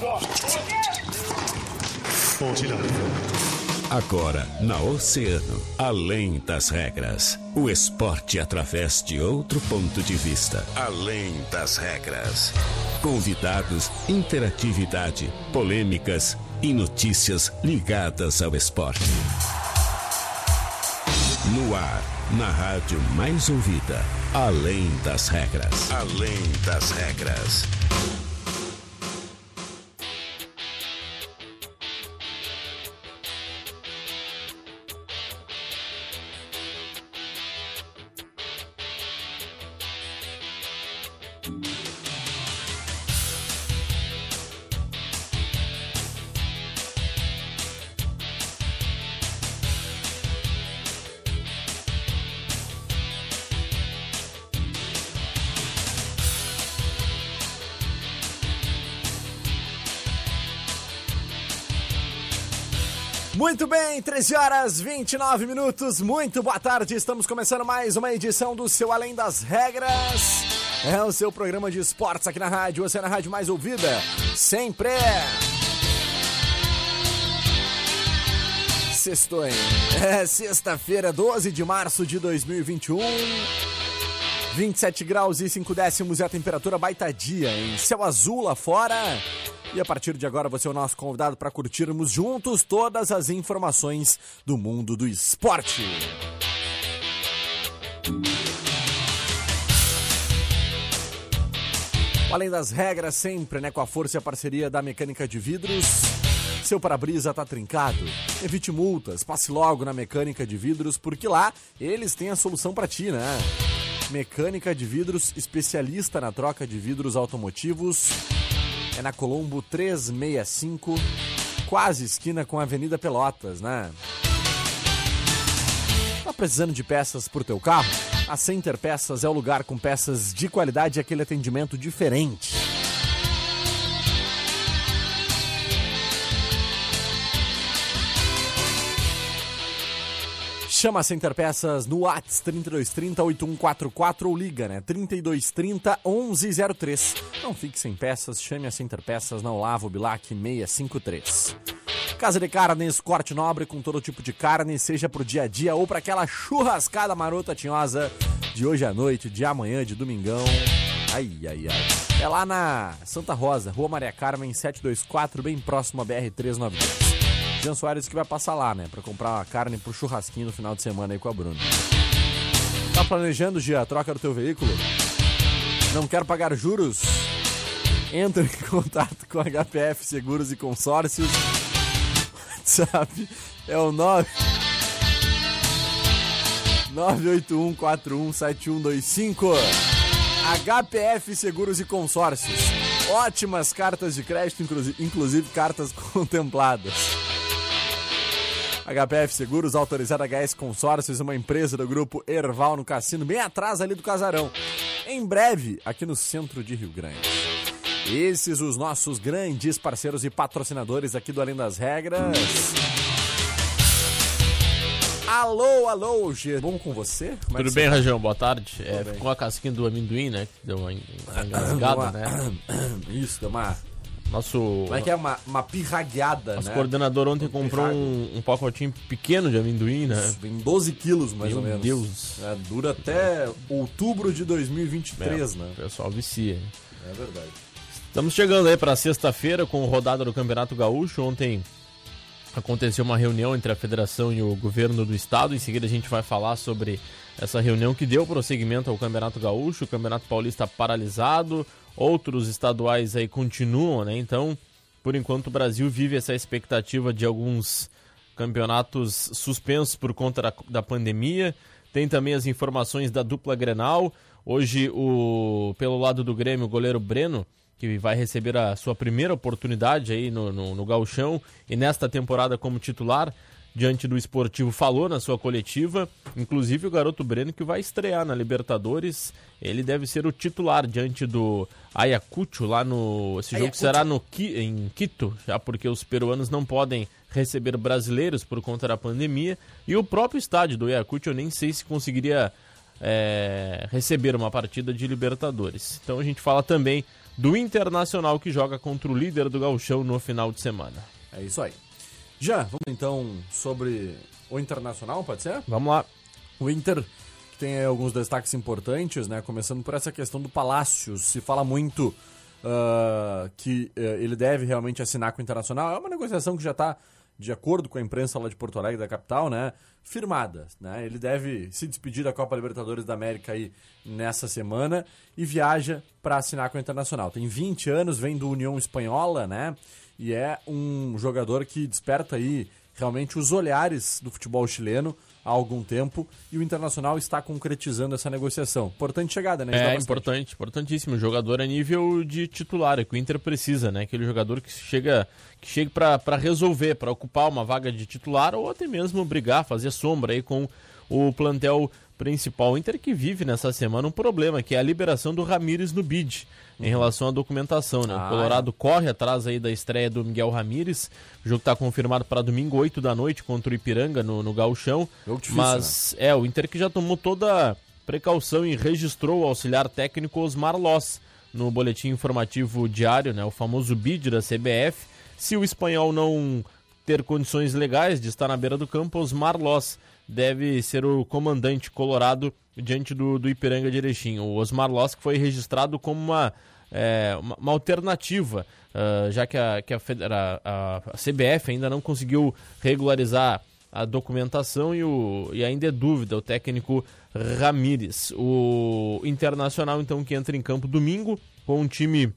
Agora, na Oceano, além das regras. O esporte através de outro ponto de vista. Além das regras. Convidados, interatividade, polêmicas e notícias ligadas ao esporte. No ar, na rádio mais ouvida. Além das regras. Além das regras. Muito bem, 13 horas 29 minutos, muito boa tarde, estamos começando mais uma edição do seu Além das Regras. É o seu programa de esportes aqui na rádio, você é na rádio mais ouvida, sempre. Sextou, hein? É sexta-feira, 12 de março de 2021, 27 graus e 5 décimos e a temperatura baita dia, em céu azul lá fora. E a partir de agora você é o nosso convidado para curtirmos juntos todas as informações do mundo do esporte. Além das regras sempre, né, com a força e a parceria da Mecânica de Vidros. Seu para-brisa tá trincado? Evite multas, passe logo na Mecânica de Vidros, porque lá eles têm a solução para ti, né? Mecânica de Vidros, especialista na troca de vidros automotivos. É na Colombo 365, quase esquina com a Avenida Pelotas, né? Tá precisando de peças pro teu carro? A Center Peças é o lugar com peças de qualidade e aquele atendimento diferente. Chama a Center Peças no WhatsApp 3230-8144 ou liga, né? 3230-1103. Não fique sem peças, chame a Center Peças na Olavo Bilac 653. Casa de Carnes, corte nobre com todo tipo de carne, seja pro dia a dia ou para aquela churrascada marota tinhosa de hoje à noite, de amanhã, de domingão. Ai, ai, ai. É lá na Santa Rosa, Rua Maria Carmen 724, bem próximo à BR-392. Jean Soares que vai passar lá, né? Pra comprar uma carne pro churrasquinho no final de semana aí com a Bruna. Tá planejando, Gia, a troca do teu veículo? Não quer pagar juros? Entra em contato com a HPF Seguros e Consórcios. WhatsApp é o 981417125. HPF Seguros e Consórcios. Ótimas cartas de crédito, inclusive cartas contempladas. HPF Seguros, autorizada HS Consórcios, uma empresa do grupo Erval no Cassino, bem atrás ali do Casarão. Em breve, aqui no centro de Rio Grande. Esses os nossos grandes parceiros e patrocinadores aqui do Além das Regras. Alô, alô, G. Bom com você? Tudo bem, Rajão? Boa tarde. Ficou a casquinha do amendoim, né? Que deu uma engasgada, né? Isso, deu uma... Como é que é? Uma pirragueada, Nosso né? coordenador ontem comprou um pacotinho pequeno de amendoim, né? Isso, tem 12 quilos, mais ou menos. Meu Deus. Dura até outubro de 2023, né? O pessoal vicia. É verdade. Estamos chegando aí para sexta-feira com a rodada do Campeonato Gaúcho. Ontem aconteceu uma reunião entre a federação e o governo do estado. Em seguida a gente vai falar sobre essa reunião que deu prosseguimento ao Campeonato Gaúcho. O Campeonato Paulista paralisado, outros estaduais aí continuam, né? Então, por enquanto o Brasil vive essa expectativa de alguns campeonatos suspensos por conta da pandemia. Tem também as informações da dupla Grenal. Hoje, pelo lado do Grêmio, o goleiro Breno, que vai receber a sua primeira oportunidade aí no Gauchão e nesta temporada como titular, diante do Esportivo, falou na sua coletiva. Inclusive o garoto Breno, que vai estrear na Libertadores, ele deve ser o titular diante do Ayacucho, lá no... Esse jogo será em Quito, já porque os peruanos não podem receber brasileiros por conta da pandemia, e o próprio estádio do Ayacucho eu nem sei se conseguiria receber uma partida de Libertadores. Então a gente fala também do Internacional, que joga contra o líder do Gauchão no final de semana. É isso aí. Já, vamos então sobre o Internacional, pode ser? Vamos lá. O Inter que tem aí alguns destaques importantes, né? Começando por essa questão do Palácios. Se fala muito que ele deve realmente assinar com o Internacional. É uma negociação que já está, de acordo com a imprensa lá de Porto Alegre, da capital, né, firmada, né? Ele deve se despedir da Copa Libertadores da América aí nessa semana e viaja para assinar com o Internacional. Tem 20 anos, vem do União Espanhola, né? E é um jogador que desperta aí realmente os olhares do futebol chileno há algum tempo, e o Internacional está concretizando essa negociação. Importante chegada, né? Importantíssimo. Jogador a nível de titular, é que o Inter precisa, né? Aquele jogador que chegue para resolver, para ocupar uma vaga de titular ou até mesmo brigar, fazer sombra aí com o plantel principal. O Inter que vive nessa semana um problema, que é a liberação do Ramírez no BID, em relação à documentação, né? O Colorado corre atrás aí da estreia do Miguel Ramírez. O jogo está confirmado para domingo, 8 da noite, contra o Ipiranga no Gauchão. Difícil, mas né? O Inter que já tomou toda a precaução e registrou o auxiliar técnico Osmar Loss no boletim informativo diário, né? O famoso BID da CBF. Se o espanhol não ter condições legais de estar na beira do campo, Osmar Loss deve ser o comandante colorado diante do Ipiranga de Erechim. O Osmar Loss que foi registrado como uma alternativa, já que a CBF ainda não conseguiu regularizar a documentação e ainda é dúvida o técnico Ramírez. O Internacional, então, que entra em campo domingo com um time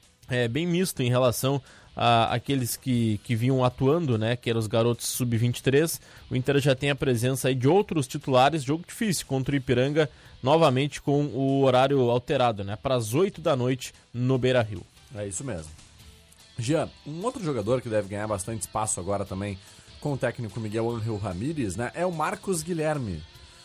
bem misto em relação aqueles que vinham atuando, né, que eram os garotos sub-23. O Inter já tem a presença aí de outros titulares. Jogo difícil contra o Ipiranga, novamente com o horário alterado, né, para as 8 da noite no Beira-Rio. É isso mesmo. Jean, um outro jogador que deve ganhar bastante espaço agora também com o técnico Miguel Ángel Ramírez, né, é o Marcos Guilherme.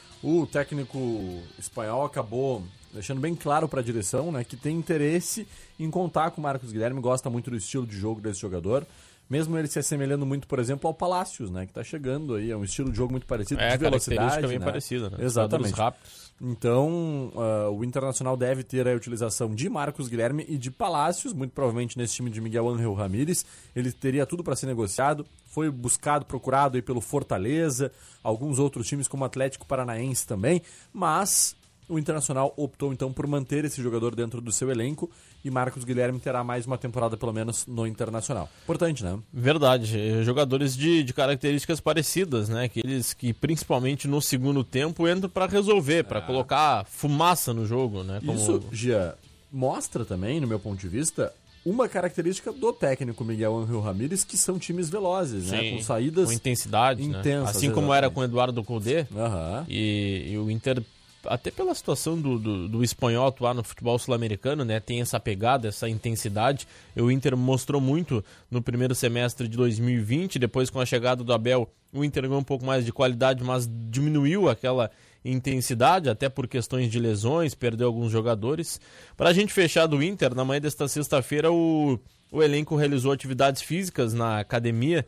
O técnico espanhol acabou deixando bem claro para a direção, né, que tem interesse em contar com o Marcos Guilherme, gosta muito do estilo de jogo desse jogador, mesmo ele se assemelhando muito, por exemplo, ao Palácios, né, que está chegando aí, é um estilo de jogo muito parecido, de velocidade, bem né? parecida, né? Exatamente. Rápidos. Então, o Internacional deve ter a utilização de Marcos Guilherme e de Palácios, muito provavelmente nesse time de Miguel Ángel Ramírez. Ele teria tudo para ser negociado, foi buscado, procurado aí pelo Fortaleza, alguns outros times como o Atlético Paranaense também, mas o Internacional optou então por manter esse jogador dentro do seu elenco e Marcos Guilherme terá mais uma temporada pelo menos no Internacional. Importante, né? Verdade, jogadores de características parecidas, né? Aqueles que principalmente no segundo tempo entram para resolver, para colocar fumaça no jogo, né? Como... Isso já mostra também, no meu ponto de vista, uma característica do técnico Miguel Ángel Ramírez, que são times velozes, sim, né? Com saídas com intensidade, intensas, né? Assim como era com o Eduardo Cudê. Uhum. E o Inter, até pela situação do espanhol atuar no futebol sul-americano, né, tem essa pegada, essa intensidade. O Inter mostrou muito no primeiro semestre de 2020, depois com a chegada do Abel, o Inter ganhou um pouco mais de qualidade, mas diminuiu aquela intensidade, até por questões de lesões, perdeu alguns jogadores. Para a gente fechar do Inter, na manhã desta sexta-feira, o elenco realizou atividades físicas na academia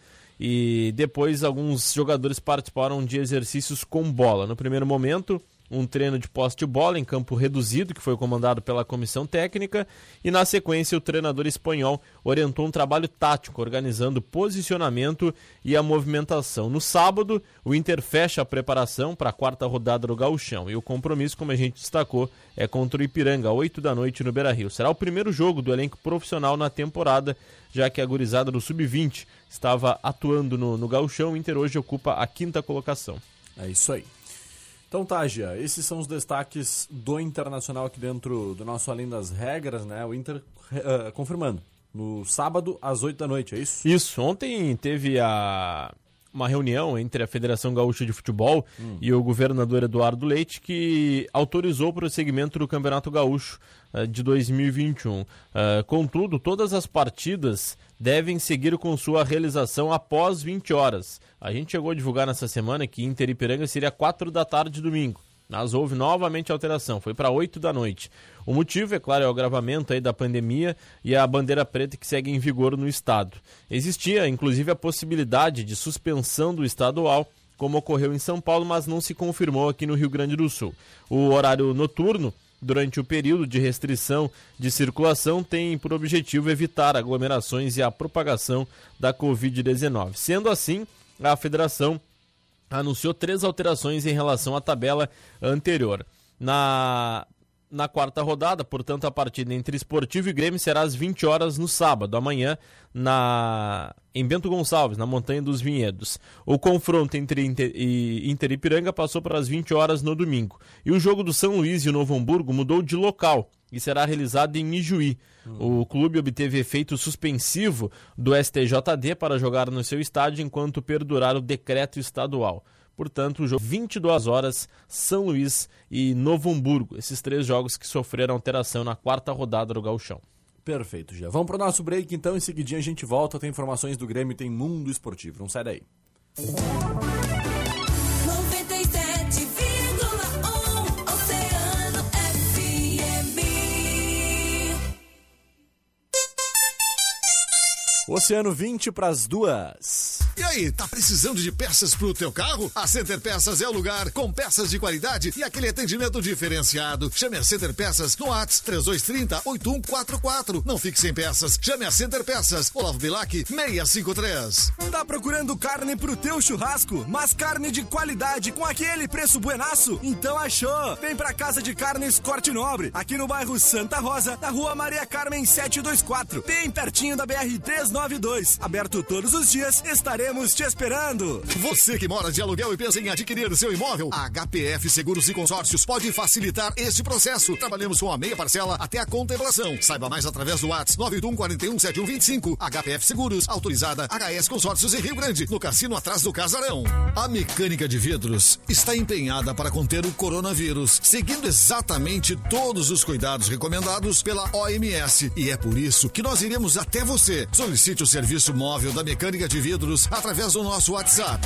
e depois alguns jogadores participaram de exercícios com bola. No primeiro momento, um treino de posse de bola em campo reduzido, que foi comandado pela comissão técnica, e na sequência o treinador espanhol orientou um trabalho tático, organizando posicionamento e a movimentação. No sábado, o Inter fecha a preparação para a quarta rodada do Gauchão, e o compromisso, como a gente destacou, é contra o Ipiranga, 8 da noite no Beira-Rio. Será o primeiro jogo do elenco profissional na temporada, já que a gurizada do Sub-20 estava atuando no Gauchão. O Inter hoje ocupa a 5ª colocação. É isso aí. Então tá, Gia, esses são os destaques do Internacional aqui dentro do nosso Além das Regras, né? O Inter confirmando, no sábado às 8 da noite, é isso? Isso, ontem teve uma reunião entre a Federação Gaúcha de Futebol e o governador Eduardo Leite, que autorizou o prosseguimento do Campeonato Gaúcho de 2021. Contudo, todas as partidas devem seguir com sua realização após 20 horas. A gente chegou a divulgar nessa semana que Inter e Ipiranga seria 4 da tarde de domingo, mas houve novamente alteração, foi para 8 da noite. O motivo, é claro, é o agravamento aí da pandemia e a bandeira preta que segue em vigor no estado. Existia, inclusive, a possibilidade de suspensão do estadual, como ocorreu em São Paulo, mas não se confirmou aqui no Rio Grande do Sul. O horário noturno durante o período de restrição de circulação tem por objetivo evitar aglomerações e a propagação da Covid-19. Sendo assim, a federação anunciou 3 alterações em relação à tabela anterior. Na quarta rodada, portanto, a partida entre Esportivo e Grêmio será às 20 horas no sábado, amanhã, em Bento Gonçalves, na Montanha dos Vinhedos. O confronto entre Inter e Ipiranga passou para as 20 horas no domingo. E o jogo do São Luís e o Novo Hamburgo mudou de local e será realizado em Ijuí. O clube obteve efeito suspensivo do STJD para jogar no seu estádio enquanto perdurar o decreto estadual. Portanto, o jogo 22 horas, São Luís e Novo Hamburgo. Esses 3 jogos que sofreram alteração na quarta rodada do Gauchão. Perfeito, já. Vamos pro nosso break, então. Em seguidinho a gente volta. Tem informações do Grêmio e tem Mundo Esportivo. Não sai daí. 97,1 Oceano FM. Oceano 20 para as 2. E aí, tá precisando de peças pro teu carro? A Center Peças é o lugar, com peças de qualidade e aquele atendimento diferenciado. Chame a Center Peças no WhatsApp 3230-8144. Não fique sem peças, chame a Center Peças. Olavo Bilac 653. Tá procurando carne pro teu churrasco, mas carne de qualidade com aquele preço buenaço? Então achou! Vem pra Casa de Carnes Corte Nobre, aqui no bairro Santa Rosa, na rua Maria Carmen 724, bem pertinho da BR-392. Aberto todos os dias, estaremos te esperando. Você que mora de aluguel e pensa em adquirir seu imóvel, a HPF Seguros e Consórcios pode facilitar este processo. Trabalhamos com a meia parcela até a contemplação. Saiba mais através do WhatsApp 91417125. HPF Seguros, autorizada HS Consórcios em Rio Grande, no cassino atrás do Casarão. A Mecânica de Vidros está empenhada para conter o coronavírus, seguindo exatamente todos os cuidados recomendados pela OMS. E é por isso que nós iremos até você. Solicite o serviço móvel da Mecânica de Vidros através do nosso WhatsApp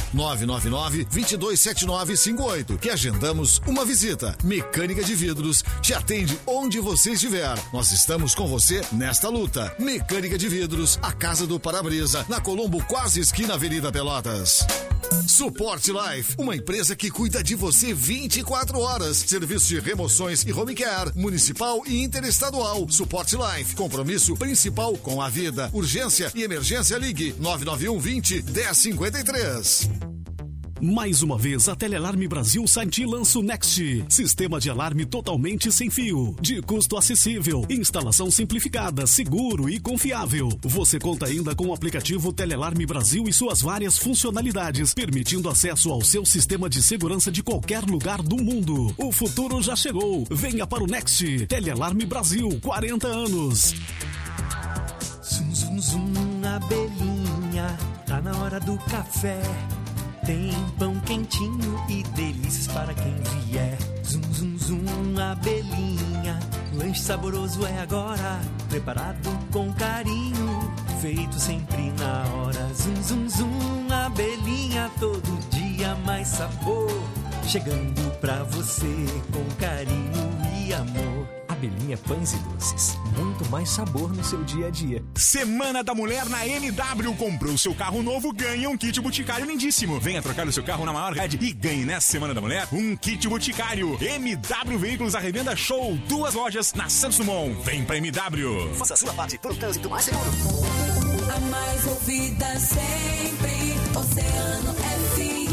999-227958, que agendamos uma visita. Mecânica de Vidros te atende onde você estiver. Nós estamos com você nesta luta. Mecânica de Vidros, a casa do para-brisa, na Colombo, quase esquina Avenida Pelotas. Suporte Life, uma empresa que cuida de você 24 horas. Serviço de remoções e home care, municipal e interestadual. Suporte Life, compromisso principal com a vida. Urgência e emergência, ligue 991 20 1053. Mais uma vez, a Telealarme Brasil Site lança o Next. Sistema de alarme totalmente sem fio, de custo acessível, instalação simplificada, seguro e confiável. Você conta ainda com o aplicativo Telealarme Brasil e suas várias funcionalidades, permitindo acesso ao seu sistema de segurança de qualquer lugar do mundo. O futuro já chegou. Venha para o Next. Telealarme Brasil, 40 anos. Zum, zum, zum, abelhinha, tá na hora do café. Tem pão quentinho e delícias para quem vier. Zum, zum, zum, abelhinha, lanche saboroso é agora. Preparado com carinho, feito sempre na hora. Zum, zum, zum, abelhinha, todo dia mais sabor. Chegando pra você com carinho e amor. Abelhinha Pães e Doces, muito mais sabor no seu dia a dia. Semana da Mulher na MW. Comprou seu carro novo, ganha um kit Boticário lindíssimo. Venha trocar o seu carro na maior rede e ganhe nessa Semana da Mulher um kit Boticário. MW Veículos à Revenda Show, 2 lojas na Santos Dumont. Vem pra MW. Faça a sua parte para um trânsito mais seguro. A mais ouvida sempre, Oceano FM.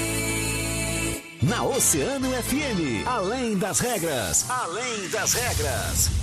Na Oceano FM, além das regras, além das regras.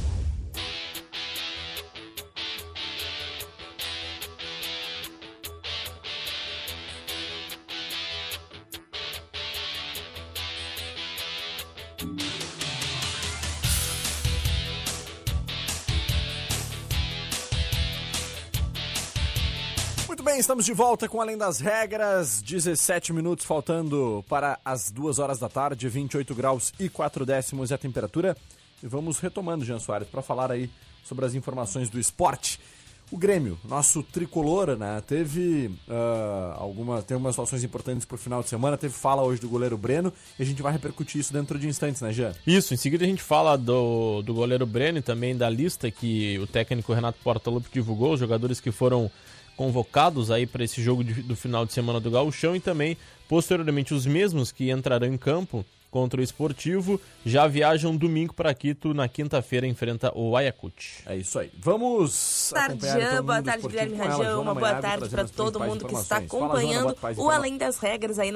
Muito bem, estamos de volta com Além das Regras, 17 minutos faltando para as 2 horas da tarde, 28 graus e 4 décimos é a temperatura. E vamos retomando, Jean Soares, para falar aí sobre as informações do esporte. O Grêmio, nosso tricolor, né, teve algumas situações importantes pro final de semana, teve fala hoje do goleiro Breno, e a gente vai repercutir isso dentro de instantes, né, Jean? Isso, em seguida a gente fala do goleiro Breno e também da lista que o técnico Renato Portaluppi divulgou, os jogadores que foram convocados aí para esse jogo do final de semana do Gauchão e também, posteriormente, os mesmos que entrarão em campo contra o Esportivo. Já viajam domingo para Quito, na quinta-feira enfrenta o Ayacucho. É isso aí. Vamos acompanhar então, boa tarde, Guilherme Rajão. Uma boa tarde para todo mundo que está acompanhando o Além das Regras aí na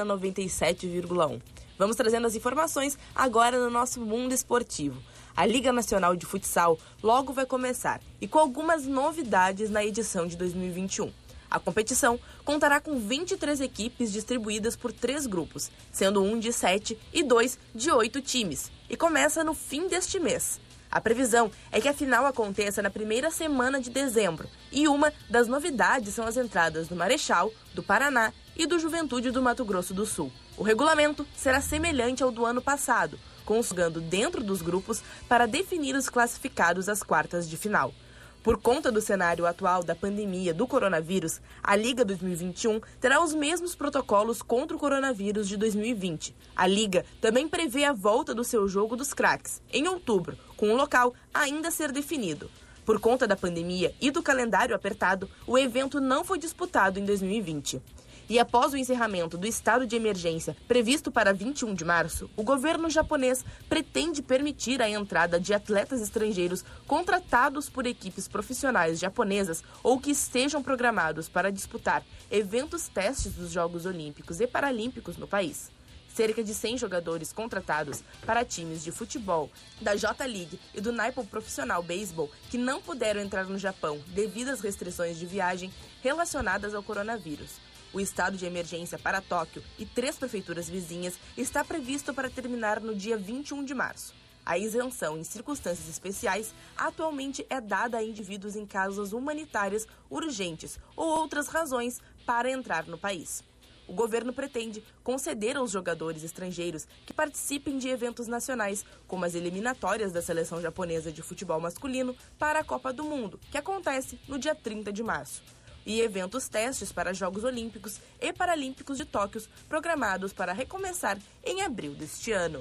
97,1. Vamos trazendo as informações agora no nosso mundo esportivo. A Liga Nacional de Futsal logo vai começar e com algumas novidades na edição de 2021. A competição contará com 23 equipes distribuídas por 3 grupos, sendo um de 7 e 2 de 8 times, e começa no fim deste mês. A previsão é que a final aconteça na primeira semana de dezembro, e uma das novidades são as entradas do Marechal, do Paraná e do Juventude do Mato Grosso do Sul. O regulamento será semelhante ao do ano passado, jogando dentro dos grupos para definir os classificados às quartas de final. Por conta do cenário atual da pandemia do coronavírus, a Liga 2021 terá os mesmos protocolos contra o coronavírus de 2020. A Liga também prevê a volta do seu jogo dos craques, em outubro, com um local ainda a ser definido. Por conta da pandemia e do calendário apertado, o evento não foi disputado em 2020. E após o encerramento do estado de emergência previsto para 21 de março, o governo japonês pretende permitir a entrada de atletas estrangeiros contratados por equipes profissionais japonesas ou que estejam programados para disputar eventos testes dos Jogos Olímpicos e Paralímpicos no país. Cerca de 100 jogadores contratados para times de futebol, da J-League e do Nippo Profissional Baseball que não puderam entrar no Japão devido às restrições de viagem relacionadas ao coronavírus. O estado de emergência para Tóquio e 3 prefeituras vizinhas está previsto para terminar no dia 21 de março. A isenção em circunstâncias especiais atualmente é dada a indivíduos em causas humanitárias urgentes ou outras razões para entrar no país. O governo pretende conceder aos jogadores estrangeiros que participem de eventos nacionais, como as eliminatórias da seleção japonesa de futebol masculino para a Copa do Mundo, que acontece no dia 30 de março. E eventos testes para Jogos Olímpicos e Paralímpicos de Tóquio, programados para recomeçar em abril deste ano.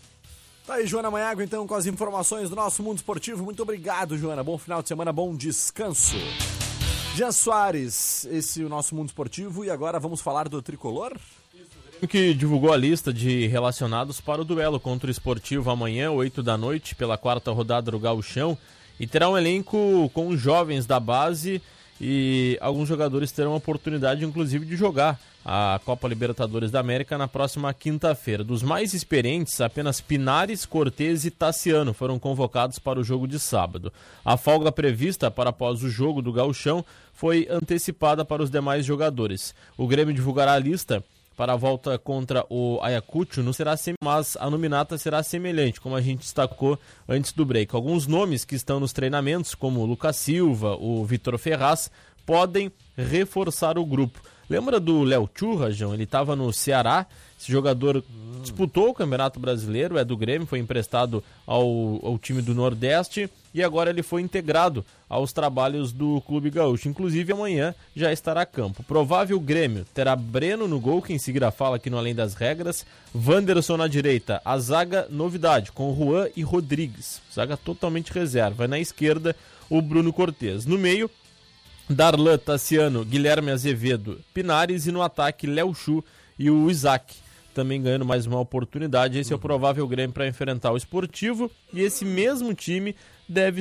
Tá aí, Joana Maiago, então, com as informações do nosso mundo esportivo. Muito obrigado, Joana. Bom final de semana, bom descanso. Jean Soares, esse é o nosso mundo esportivo. E agora vamos falar do Tricolor? Que divulgou a lista de relacionados para o duelo contra o Esportivo amanhã, 8 da noite, pela 4ª rodada do Gauchão. E terá um elenco com jovens da base e alguns jogadores terão a oportunidade, inclusive, de jogar a Copa Libertadores da América na próxima quinta-feira. Dos mais experientes, apenas Pinares, Cortez e Tassiano foram convocados para o jogo de sábado. A folga prevista para após o jogo do Gauchão foi antecipada para os demais jogadores. O Grêmio divulgará a lista para a volta contra o Ayacucho, não será mas a nominata será semelhante, como a gente destacou antes do break. Alguns nomes que estão nos treinamentos, como o Lucas Silva, o Vitor Ferraz, podem reforçar o grupo. Lembra do Léo Churra, João? Ele estava no Ceará, esse jogador disputou o Campeonato Brasileiro, é do Grêmio, foi emprestado ao time do Nordeste e agora ele foi integrado aos trabalhos do Clube Gaúcho. Inclusive amanhã já estará a campo. Provável Grêmio terá Breno no gol, que em seguida fala aqui no Além das Regras, Wanderson na direita, a zaga novidade, com Juan e Rodrigues, zaga totalmente reserva. Na esquerda, o Bruno Cortez. No meio, Darlan, Tassiano, Guilherme Azevedo, Pinares, e no ataque Léo Chu e o Isaac, também ganhando mais uma oportunidade. Esse é o provável Grêmio para enfrentar o Esportivo, e esse mesmo time deve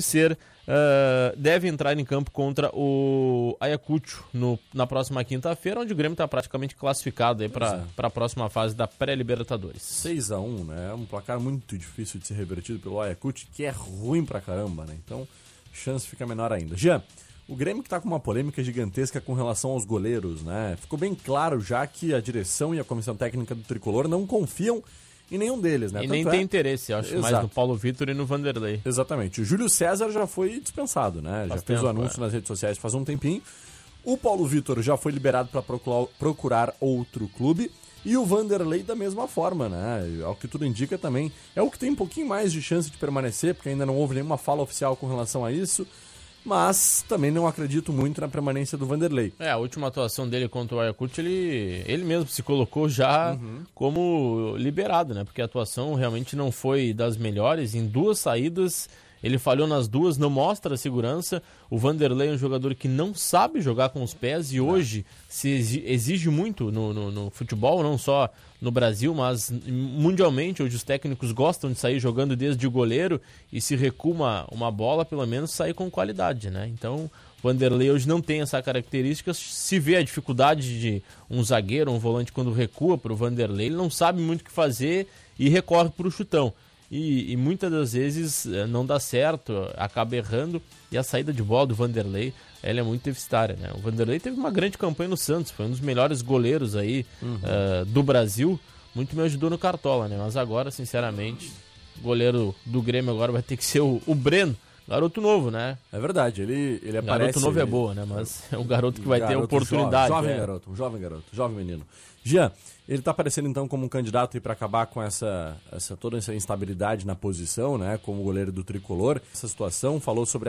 entrar em campo contra o Ayacucho na próxima quinta-feira, onde o Grêmio está praticamente classificado para a próxima fase da pré-Libertadores. 6-1, né? É um placar muito difícil de ser revertido pelo Ayacucho, que é ruim pra caramba, né? Então, chance fica menor ainda. Jean, o Grêmio que está com uma polêmica gigantesca com relação aos goleiros, né? Ficou bem claro já que a direção e a comissão técnica do Tricolor não confiam em nenhum deles, né? E nem tem interesse, acho, mais no Paulo Vitor e no Vanderlei. Exatamente. O Júlio César já foi dispensado, né? Já fez o anúncio nas redes sociais faz um tempinho. O Paulo Vitor já foi liberado para procurar outro clube. E o Vanderlei da mesma forma, né? Ao que tudo indica também. É o que tem um pouquinho mais de chance de permanecer, porque ainda não houve nenhuma fala oficial com relação a isso. Mas também não acredito muito na permanência do Vanderlei. A última atuação dele contra o Ayacucho, ele mesmo se colocou já como liberado, né? Porque a atuação realmente não foi das melhores. Em 2 saídas, ele falhou nas duas, não mostra segurança. O Vanderlei é um jogador que não sabe jogar com os pés e hoje se exige muito no futebol, não só no Brasil, mas mundialmente. Hoje os técnicos gostam de sair jogando desde o goleiro e se recua uma bola, pelo menos sair com qualidade, né? Então o Vanderlei hoje não tem essa característica. Se vê a dificuldade de um zagueiro, um volante, quando recua para o Vanderlei, ele não sabe muito o que fazer e recorre para o chutão. E muitas das vezes não dá certo, acaba errando, e a saída de bola do Vanderlei, ela é muito deficitária, né? O Vanderlei teve uma grande campanha no Santos, foi um dos melhores goleiros aí do Brasil, muito me ajudou no Cartola, né? Mas agora, sinceramente, o goleiro do Grêmio agora vai ter que ser o Breno, garoto novo, né? É verdade, ele aparece... Garoto novo é boa, né? Mas é o garoto que vai ter oportunidade. Jovem garoto, jovem menino. Jean, ele está aparecendo então como um candidato para acabar com toda essa instabilidade na posição, né? Como goleiro do Tricolor. Essa situação, falou sobre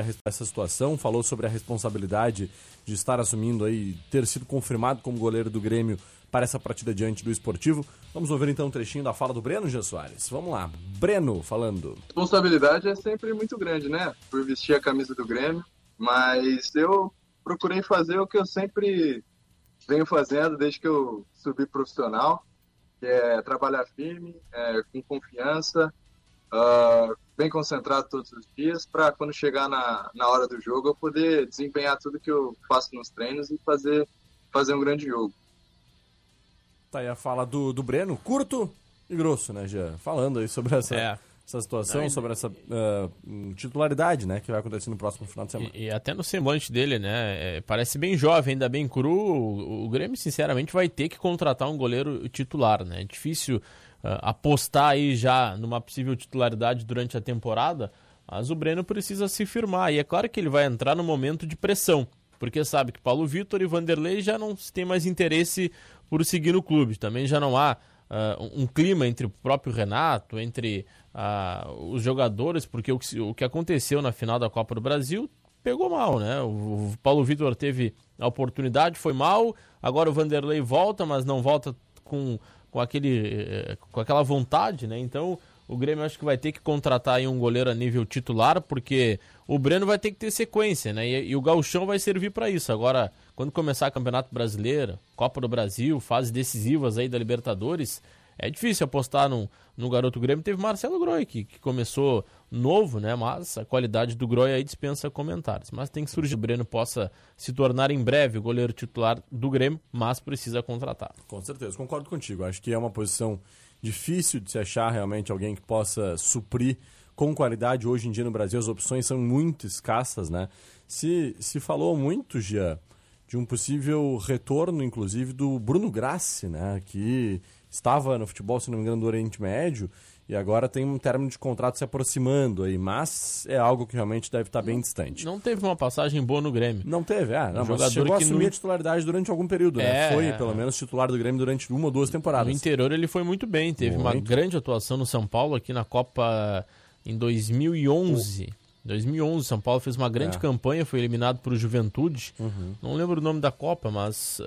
a responsabilidade de estar assumindo aí, ter sido confirmado como goleiro do Grêmio para essa partida diante do Esportivo. Vamos ouvir então um trechinho da fala do Breno, Jean Soares. Vamos lá, Breno falando. A responsabilidade é sempre muito grande, né? Por vestir a camisa do Grêmio, mas eu procurei fazer o que eu sempre venho fazendo desde que eu subi profissional, que é trabalhar firme, com confiança, bem concentrado todos os dias, para quando chegar na hora do jogo eu poder desempenhar tudo que eu faço nos treinos e fazer um grande jogo. Tá aí a fala do Breno, curto e grosso, né, Jean? Falando aí sobre essa situação, sobre essa titularidade, né, que vai acontecer no próximo final de semana. E até no semblante dele, né, parece bem jovem, ainda bem cru. O Grêmio, sinceramente, vai ter que contratar um goleiro titular, né? É difícil apostar aí já numa possível titularidade durante a temporada, mas o Breno precisa se firmar. E é claro que ele vai entrar no momento de pressão, porque sabe que Paulo Vitor e Vanderlei já não tem mais interesse por seguir no clube. Também já não há um clima entre o próprio Renato, entre os jogadores, porque o que aconteceu na final da Copa do Brasil pegou mal, né? O Paulo Vitor teve a oportunidade, foi mal, agora o Vanderlei volta, mas não volta com aquela vontade, né? Então o Grêmio acho que vai ter que contratar aí um goleiro a nível titular, porque o Breno vai ter que ter sequência, né? E o Gauchão vai servir para isso. Agora, quando começar o Campeonato Brasileiro, Copa do Brasil, fases decisivas aí da Libertadores, é difícil apostar no garoto Grêmio. Teve Marcelo Groy, que começou novo, né? Mas a qualidade do Groy aí dispensa comentários. Mas tem que surgir. O Breno possa se tornar em breve o goleiro titular do Grêmio, mas precisa contratar. Com certeza, concordo contigo. Acho que é uma posição difícil de se achar realmente alguém que possa suprir com qualidade. Hoje em dia no Brasil as opções são muito escassas, né? Se falou muito, Gia, de um possível retorno, inclusive, do Bruno Grassi, né? Que estava no futebol, se não me engano, do Oriente Médio, e agora tem um término de contrato se aproximando aí, mas é algo que realmente deve estar bem distante. Não teve uma passagem boa no Grêmio. Não teve, mas chegou a assumir a titularidade durante algum período, né? Foi, pelo menos, titular do Grêmio durante 1 ou 2 temporadas. No interior ele foi muito bem, teve uma grande atuação no São Paulo, aqui na Copa em 2011. 2011, São Paulo fez uma grande campanha, foi eliminado para o Juventude. Não lembro o nome da Copa, mas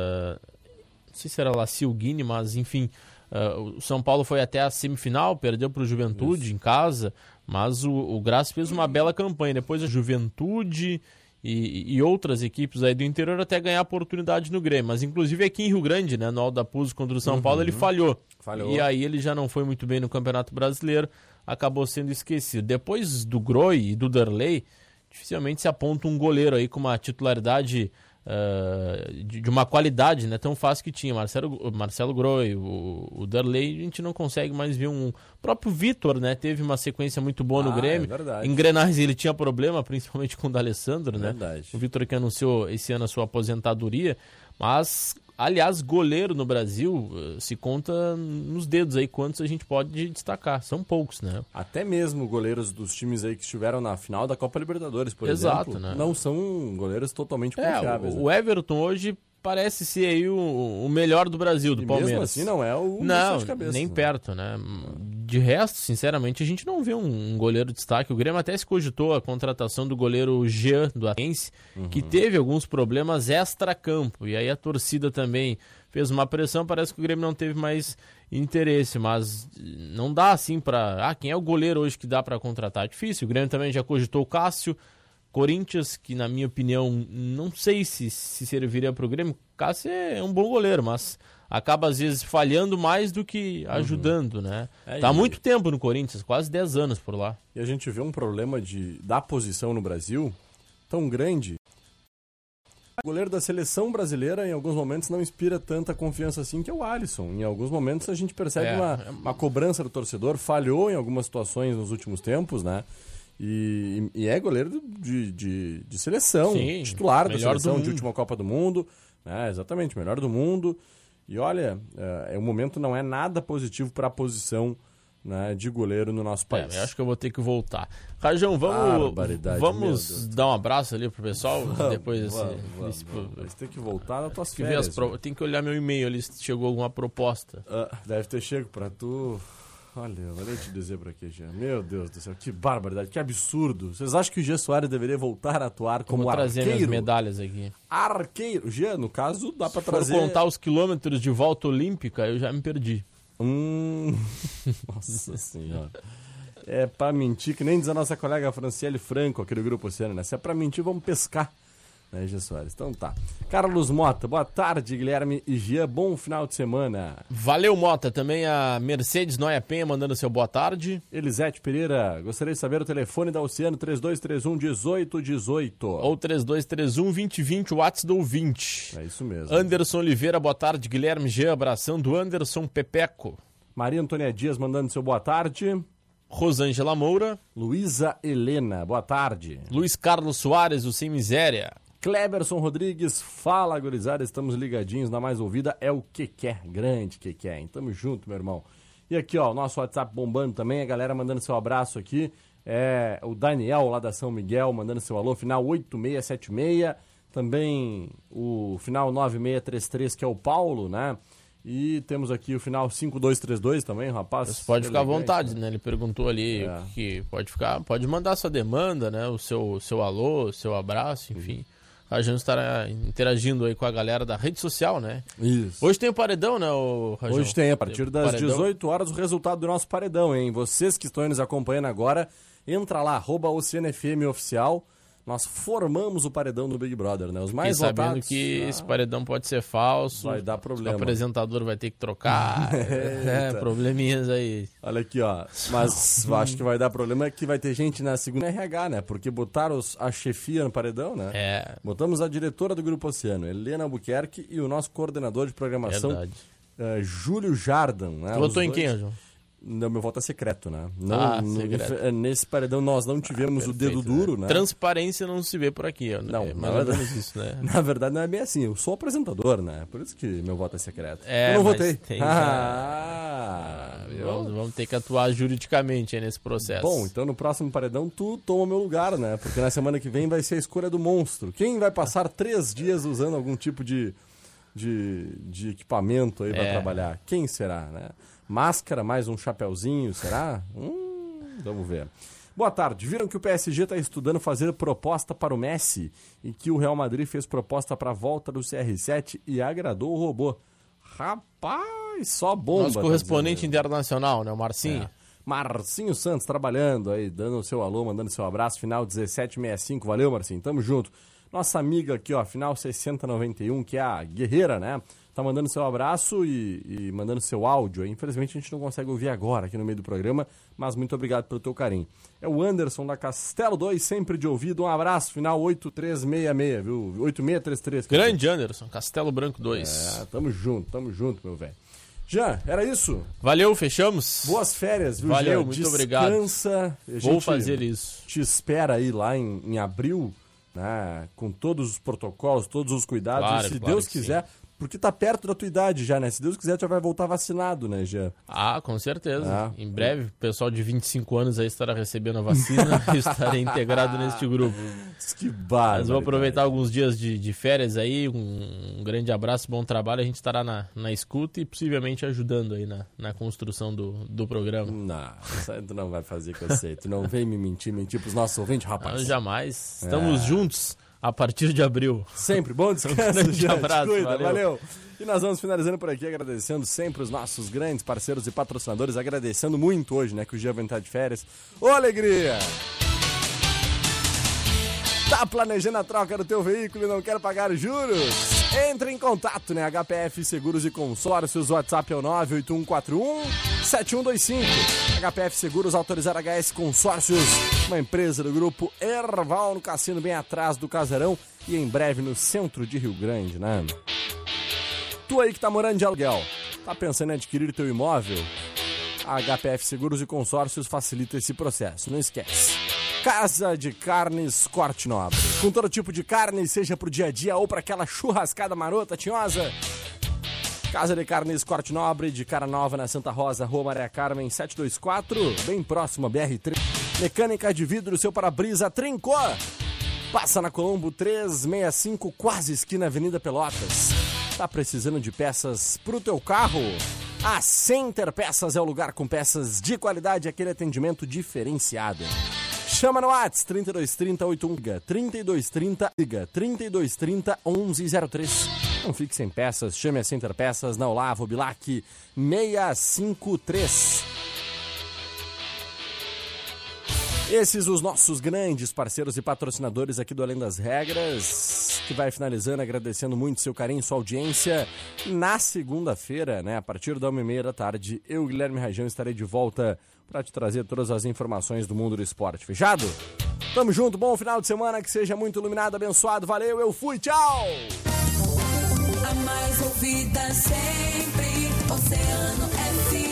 não sei se era La Silguini, mas enfim, o São Paulo foi até a semifinal, perdeu para o Juventude em casa, mas o Grassi fez uma bela campanha. Depois a Juventude e outras equipes aí do interior até ganhar oportunidade no Grêmio, mas inclusive aqui em Rio Grande, né, no Alda Puz contra o São Paulo, ele falhou. E aí ele já não foi muito bem no Campeonato Brasileiro, acabou sendo esquecido. Depois do Groy e do Darley, dificilmente se aponta um goleiro aí com uma titularidade de uma qualidade, né, tão fácil que tinha. Marcelo Groy, o Darley, a gente não consegue mais ver um... O próprio Vitor, né, teve uma sequência muito boa no Grêmio. Em Grenais ele tinha problema, principalmente com o D'Alessandro, né? O Vitor que anunciou esse ano a sua aposentadoria, mas... Aliás, goleiro no Brasil se conta nos dedos aí quantos a gente pode destacar. São poucos, né? Até mesmo goleiros dos times aí que estiveram na final da Copa Libertadores, por exemplo, né? Não são goleiros totalmente confiáveis. O Everton hoje parece ser aí o melhor do Brasil, do Palmeiras. Mesmo assim não é o não, de cabeça, nem perto, né? de resto, sinceramente, a gente não vê um goleiro de destaque. O Grêmio até se cogitou a contratação do goleiro Jean, do Atlético, que teve alguns problemas extra-campo. E aí a torcida também fez uma pressão, parece que o Grêmio não teve mais interesse. Mas não dá assim pra... quem é o goleiro hoje que dá pra contratar? É difícil. O Grêmio também já cogitou o Cássio. Corinthians, que na minha opinião, não sei se serviria pro Grêmio. O Cássio é um bom goleiro, mas... acaba às vezes falhando mais do que ajudando, né? Tá há muito tempo no Corinthians, quase 10 anos por lá. E a gente vê um problema da posição no Brasil tão grande. O goleiro da seleção brasileira em alguns momentos não inspira tanta confiança assim, que é o Alisson. Em alguns momentos a gente percebe uma cobrança do torcedor, falhou em algumas situações nos últimos tempos, né? E é goleiro de seleção, sim, titular da seleção de última Copa do Mundo, né? Exatamente, melhor do mundo. E olha, o momento não é nada positivo para a posição, né, de goleiro no nosso país. Eu acho que eu vou ter que voltar. Rajão, vamos dar um abraço ali pro pessoal? Depois Você tem que voltar nas tuas férias. Tem que olhar meu e-mail ali se chegou alguma proposta. Deve ter chego para tu... Olha, vou nem te dizer pra quê, Jean. Meu Deus do céu, que barbaridade, que absurdo. Vocês acham que o Jean Soares deveria voltar a atuar como arqueiro? Vou trazer minhas medalhas aqui. Arqueiro. Jean, no caso, dá pra trazer... Se for contar os quilômetros de volta olímpica, eu já me perdi. Nossa senhora. É pra mentir, que nem diz a nossa colega Franciele Franco, aqui do Grupo Oceano, né? Se é pra mentir, vamos pescar. Né, Jean Soares? Então tá. Carlos Mota, boa tarde, Guilherme e Jean, bom final de semana. Valeu, Mota. Também a Mercedes Noia Penha mandando seu boa tarde. Elisete Pereira, gostaria de saber o telefone da Oceano, 3231-1818. Ou 3231-2020, o WhatsApp do 20. É isso mesmo. Anderson Oliveira, boa tarde, Guilherme Jean, abração do Anderson Pepeco. Maria Antônia Dias mandando seu boa tarde. Rosângela Moura. Luísa Helena, boa tarde. Luiz Carlos Soares, o Sem Miséria. Cleberson Rodrigues, fala gurizada, estamos ligadinhos na mais ouvida, é o Keké, grande Keké, hein? Tamo junto, meu irmão. E aqui, ó, o nosso WhatsApp bombando também, a galera mandando seu abraço aqui, o Daniel lá da São Miguel mandando seu alô, final 8676, também o final 9633, que é o Paulo, né? E temos aqui o final 5232 também, rapaz. Você pode ficar à vontade, né? Ele perguntou ali que pode mandar sua demanda, né? O seu alô, o seu abraço, enfim. A gente estará interagindo aí com a galera da rede social, né? Isso. Hoje tem o paredão, né, Rajão? Hoje tem, a partir das 18 horas, o resultado do nosso paredão, hein? Vocês que estão nos acompanhando agora, entra lá, @OceanoFM Oficial. Nós formamos o paredão do Big Brother, né? Os mais votados. Sabendo que esse paredão pode ser falso. Vai dar problema. O apresentador vai ter que trocar. Probleminhas aí. Olha aqui, ó. Mas eu acho que vai dar problema que vai ter gente na segunda RH, né? Porque botaram a chefia no paredão, né? Botamos a diretora do Grupo Oceano, Helena Albuquerque, e o nosso coordenador de programação, Júlio Jardim, né? Tu votou em quem, João? Não, meu voto é secreto, né? Secreto. Nesse paredão nós não tivemos o dedo duro, né? Transparência não se vê por aqui, ó. Não, mais ou menos isso, né? Na verdade não é bem assim, eu sou apresentador, né? Por isso que meu voto é secreto. Eu não votei. Vamos ter que atuar juridicamente aí nesse processo. Bom, então no próximo paredão tu toma meu lugar, né? Porque na semana que vem vai ser a escolha do monstro. Quem vai passar 3 dias usando algum tipo de equipamento aí pra trabalhar? Quem será, né? Máscara, mais um chapeuzinho, será? Vamos ver. Boa tarde. Viram que o PSG está estudando fazer proposta para o Messi e que o Real Madrid fez proposta para a volta do CR7 e agradou o robô. Rapaz, só bomba. Nosso correspondente internacional, né? O Marcinho. Marcinho Santos trabalhando aí, dando o seu alô, mandando seu abraço. Final 1765. Valeu, Marcinho. Tamo junto. Nossa amiga aqui, ó, final 6091, que é a Guerreira, né? Tá mandando seu abraço e mandando seu áudio. Infelizmente a gente não consegue ouvir agora aqui no meio do programa, mas muito obrigado pelo teu carinho. É o Anderson da Castelo 2, sempre de ouvido. Um abraço, final 8366, viu? 8633. Grande Anderson, Castelo Branco 2. Tamo junto, meu velho. Jean, era isso? Valeu, fechamos. Boas férias, viu, Valeu, Jean? Muito obrigado. Descansa. Vou fazer isso. Te espera aí lá em abril, né? Com todos os protocolos, todos os cuidados. Claro, e se Deus quiser... Porque tá perto da tua idade já, né? Se Deus quiser, tu já vai voltar vacinado, né, Jean? Ah, com certeza. Em breve, o pessoal de 25 anos aí estará recebendo a vacina e estarei integrado neste grupo. Que bárbaro. Mas vou aproveitar alguns dias de férias aí, um grande abraço, bom trabalho, a gente estará na escuta e possivelmente ajudando aí na construção do programa. Não, isso aí tu não vai fazer que eu sei. Tu não vem me mentir pros nossos ouvintes, rapaz. Não, jamais. Estamos juntos a partir de abril. Sempre. Bom descanso, um grande abraço. Cuida, valeu. E nós vamos finalizando por aqui, agradecendo sempre os nossos grandes parceiros e patrocinadores, agradecendo muito hoje, né, que o Jean vai entrar de férias. Ô, alegria! Tá planejando a troca do teu veículo e não quer pagar juros? Entre em contato, né? HPF Seguros e Consórcios, o WhatsApp é o 98141-7125. HPF Seguros, autorizar HS Consórcios, uma empresa do grupo Erval, no Cassino, bem atrás do Casarão e em breve no centro de Rio Grande, né? Tu aí que tá morando de aluguel, tá pensando em adquirir teu imóvel? A HPF Seguros e Consórcios facilita esse processo, não esquece. Casa de Carnes Corte Nobre. Com todo tipo de carne, seja pro dia a dia ou para aquela churrascada marota, tinhosa. Casa de Carnes Corte Nobre, de Cara Nova, na Santa Rosa, Rua Maria Carmen, 724, bem próximo a BR-3. Mecânica de vidro, seu para-brisa trincou. Passa na Colombo 365, quase esquina Avenida Pelotas. Tá precisando de peças pro teu carro? A Center Peças é o lugar com peças de qualidade e aquele atendimento diferenciado. Chama no WhatsApp 3230-81, 3230-1103. Não fique sem peças, chame a Center Peças na Olavo Bilac 653. Esses os nossos grandes parceiros e patrocinadores aqui do Além das Regras, que vai finalizando agradecendo muito seu carinho, sua audiência. Na segunda-feira, né, a partir da 1h30 da tarde, eu, Guilherme Rajão, estarei de volta para te trazer todas as informações do mundo do esporte. Fechado? Tamo junto, bom final de semana, que seja muito iluminado, abençoado. Valeu, eu fui, tchau! A mais ouvida sempre, Oceano FM.